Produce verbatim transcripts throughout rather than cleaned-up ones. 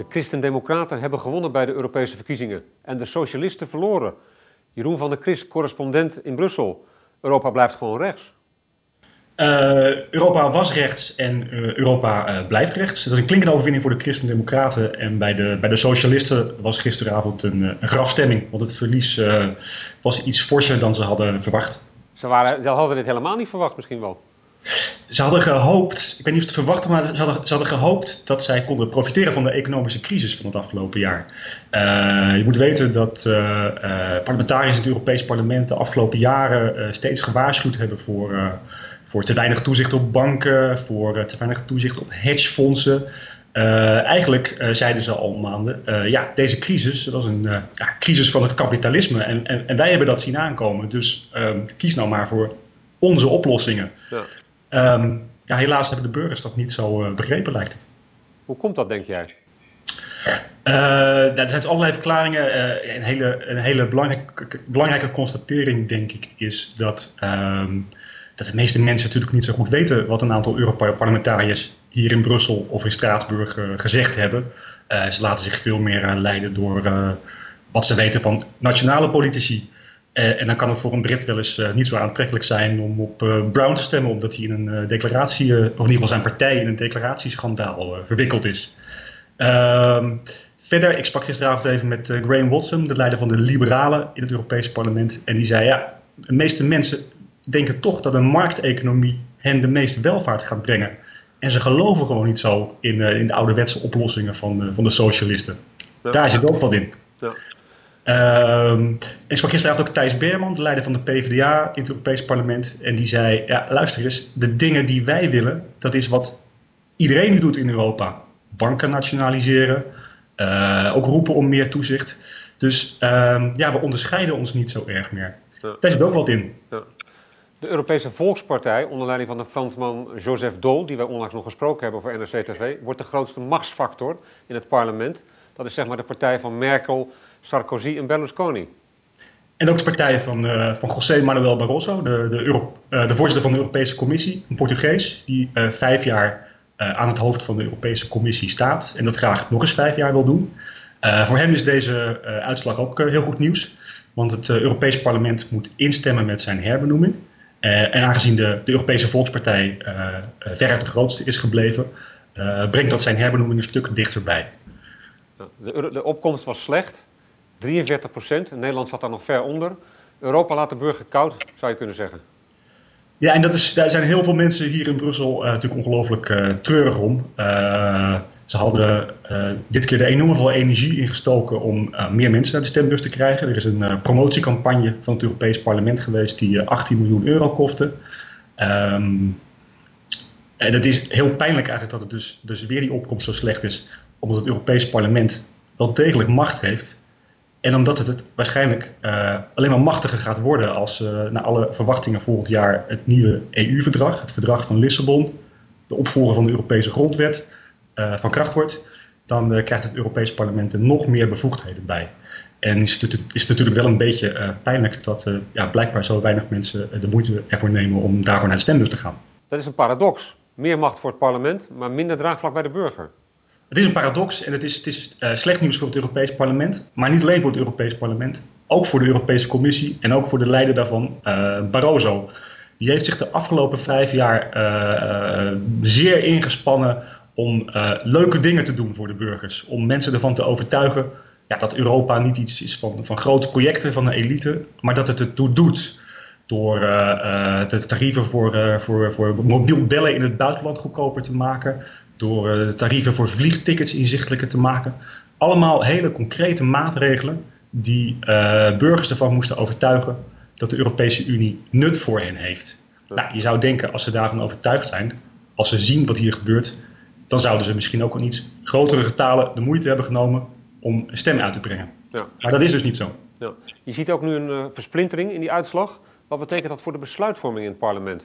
Christen-Democraten hebben gewonnen bij de Europese verkiezingen en de socialisten verloren. Jeroen van der Kris, correspondent in Brussel. Europa blijft gewoon rechts. Uh, Europa was rechts en uh, Europa uh, blijft rechts. Dat is een klinkende overwinning voor de Christen-Democraten. En bij de, bij de socialisten was gisteravond een, een grafstemming. Want het verlies uh, was iets forser dan ze hadden verwacht. Ze, waren, ze hadden dit helemaal niet verwacht misschien wel. Ze hadden gehoopt, ik weet niet of ze het verwachten, maar ze hadden, ze hadden gehoopt dat zij konden profiteren van de economische crisis van het afgelopen jaar. Uh, je moet weten dat uh, uh, parlementariërs in het Europees Parlement de afgelopen jaren uh, steeds gewaarschuwd hebben voor, uh, voor te weinig toezicht op banken, voor uh, te weinig toezicht op hedgefondsen. Uh, eigenlijk uh, zeiden ze al maanden, uh, ja, deze crisis, dat is een uh, ja, crisis van het kapitalisme en, en, en wij hebben dat zien aankomen. Dus uh, kies nou maar voor onze oplossingen. Ja. Um, ja, helaas hebben de burgers dat niet zo uh, begrepen, lijkt het. Hoe komt dat, denk jij? Uh, er zijn allerlei verklaringen. Uh, een hele, een hele belangrijke, belangrijke constatering, denk ik, is dat, um, dat de meeste mensen natuurlijk niet zo goed weten wat een aantal Europarlementariërs hier in Brussel of in Straatsburg uh, gezegd hebben. Uh, ze laten zich veel meer uh, leiden door uh, wat ze weten van nationale politici. Uh, en dan kan het voor een Brit wel eens uh, niet zo aantrekkelijk zijn om op uh, Brown te stemmen, omdat hij in een uh, declaratie, uh, of in ieder geval zijn partij in een declaratieschandaal uh, verwikkeld is. Uh, verder, ik sprak gisteravond even met uh, Graham Watson, de leider van de Liberalen in het Europese parlement. En die zei, ja, de meeste mensen denken toch dat een markteconomie hen de meeste welvaart gaat brengen. En ze geloven gewoon niet zo in, uh, in de ouderwetse oplossingen van, uh, van de socialisten. Ja. Daar zit ook wat in. Ja. Um, ik sprak gisteravond ook Thijs Berman, de leider van de P v d A in het Europees Parlement. En die zei, ja, luister eens, de dingen die wij willen, dat is wat iedereen nu doet in Europa. Banken nationaliseren, uh, ook roepen om meer toezicht. Dus um, ja, we onderscheiden ons niet zo erg meer. Ja. Daar zit ook wat in. Ja. De Europese Volkspartij, onder leiding van de Fransman Joseph Daul, die wij onlangs nog gesproken hebben voor N R C T V, wordt de grootste machtsfactor in het parlement. Dat is zeg maar de partij van Merkel, Sarkozy en Berlusconi. En ook de partij van, uh, van José Manuel Barroso, de, de, Euro, uh, de voorzitter van de Europese Commissie, een Portugees, die uh, vijf jaar uh, aan het hoofd van de Europese Commissie staat en dat graag nog eens vijf jaar wil doen. Uh, voor hem is deze uh, uitslag ook uh, heel goed nieuws, want het uh, Europees Parlement moet instemmen met zijn herbenoeming. Uh, en aangezien de, de Europese Volkspartij uh, uh, veruit de grootste is gebleven, uh, brengt dat zijn herbenoeming een stuk dichterbij. De, de opkomst was slecht. drieënveertig procent. Nederland zat daar nog ver onder. Europa laat de burger koud, zou je kunnen zeggen. Ja, en dat is, daar zijn heel veel mensen hier in Brussel uh, natuurlijk ongelooflijk uh, treurig om. Uh, ze hadden uh, dit keer er enorm veel energie ingestoken om uh, meer mensen naar de stembus te krijgen. Er is een uh, promotiecampagne van het Europees Parlement geweest die uh, achttien miljoen euro kostte. Um, en het is heel pijnlijk eigenlijk dat het dus, dus weer die opkomst zo slecht is. Omdat het Europees Parlement wel degelijk macht heeft. En omdat het, het waarschijnlijk uh, alleen maar machtiger gaat worden als uh, naar alle verwachtingen volgend jaar het nieuwe E U-verdrag, het verdrag van Lissabon, de opvolger van de Europese grondwet, uh, van kracht wordt, dan uh, krijgt het Europees Parlement er nog meer bevoegdheden bij. En is het, is het natuurlijk wel een beetje uh, pijnlijk dat uh, ja, blijkbaar zo weinig mensen uh, de moeite ervoor nemen om daarvoor naar de stembus te gaan. Dat is een paradox. Meer macht voor het parlement, maar minder draagvlak bij de burger. Het is een paradox en het is, het is uh, slecht nieuws voor het Europees Parlement, maar niet alleen voor het Europees Parlement, ook voor de Europese Commissie en ook voor de leider daarvan, uh, Barroso. Die heeft zich de afgelopen vijf jaar uh, uh, zeer ingespannen om uh, leuke dingen te doen voor de burgers. Om mensen ervan te overtuigen ja, dat Europa niet iets is van, van grote projecten van de elite, maar dat het het toe doet. Door uh, uh, de tarieven voor, uh, voor, voor mobiel bellen in het buitenland goedkoper te maken. Door uh, de tarieven voor vliegtickets inzichtelijker te maken. Allemaal hele concrete maatregelen die uh, burgers ervan moesten overtuigen dat de Europese Unie nut voor hen heeft. Ja. Nou, je zou denken, als ze daarvan overtuigd zijn, als ze zien wat hier gebeurt, dan zouden ze misschien ook in iets grotere getalen de moeite hebben genomen om een stem uit te brengen. Ja. Maar dat is dus niet zo. Ja. Je ziet ook nu een uh, versplintering in die uitslag. Wat betekent dat voor de besluitvorming in het parlement?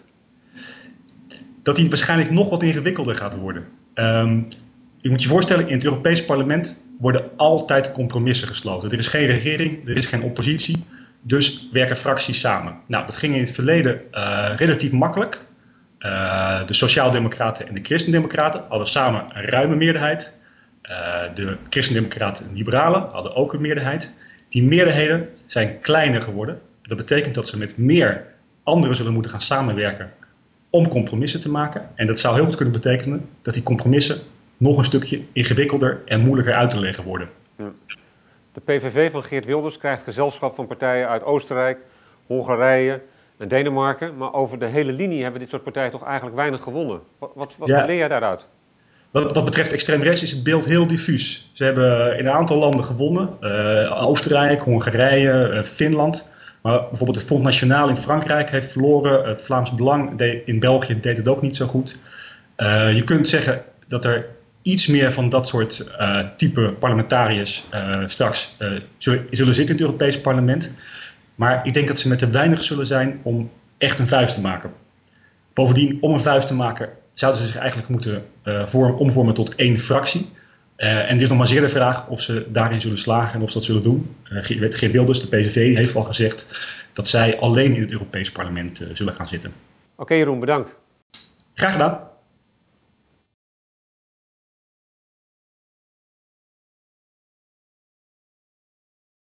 Dat die waarschijnlijk nog wat ingewikkelder gaat worden. Um, je moet je voorstellen, in het Europees Parlement worden altijd compromissen gesloten. Er is geen regering, er is geen oppositie, dus werken fracties samen. Nou, dat ging in het verleden uh, relatief makkelijk. Uh, de Sociaaldemocraten en de Christendemocraten hadden samen een ruime meerderheid. Uh, de Christen-Democraten en Liberalen hadden ook een meerderheid. Die meerderheden zijn kleiner geworden. Dat betekent dat ze met meer anderen zullen moeten gaan samenwerken om compromissen te maken. En dat zou heel goed kunnen betekenen dat die compromissen nog een stukje ingewikkelder en moeilijker uit te leggen worden. Ja. De P V V van Geert Wilders krijgt gezelschap van partijen uit Oostenrijk, Hongarije en Denemarken. Maar over de hele linie hebben dit soort partijen toch eigenlijk weinig gewonnen. Wat, wat, wat ja. leer jij daaruit? Wat, wat betreft extreem rechts is het beeld heel diffuus. Ze hebben in een aantal landen gewonnen. Uh, Oostenrijk, Hongarije, uh, Finland. Maar bijvoorbeeld het Front National in Frankrijk heeft verloren. Het Vlaams Belang in België deed het ook niet zo goed. Uh, je kunt zeggen dat er iets meer van dat soort uh, type parlementariërs uh, straks uh, zullen, zullen zitten in het Europese parlement. Maar ik denk dat ze met te weinig zullen zijn om echt een vuist te maken. Bovendien, om een vuist te maken, zouden ze zich eigenlijk moeten uh, vorm, omvormen tot één fractie. Uh, en het is nog maar zeer de vraag of ze daarin zullen slagen en of ze dat zullen doen. Uh, Geert Wilders, de P V V, heeft al gezegd dat zij alleen in het Europees parlement uh, zullen gaan zitten. Oké, okay, Jeroen, bedankt. Graag gedaan.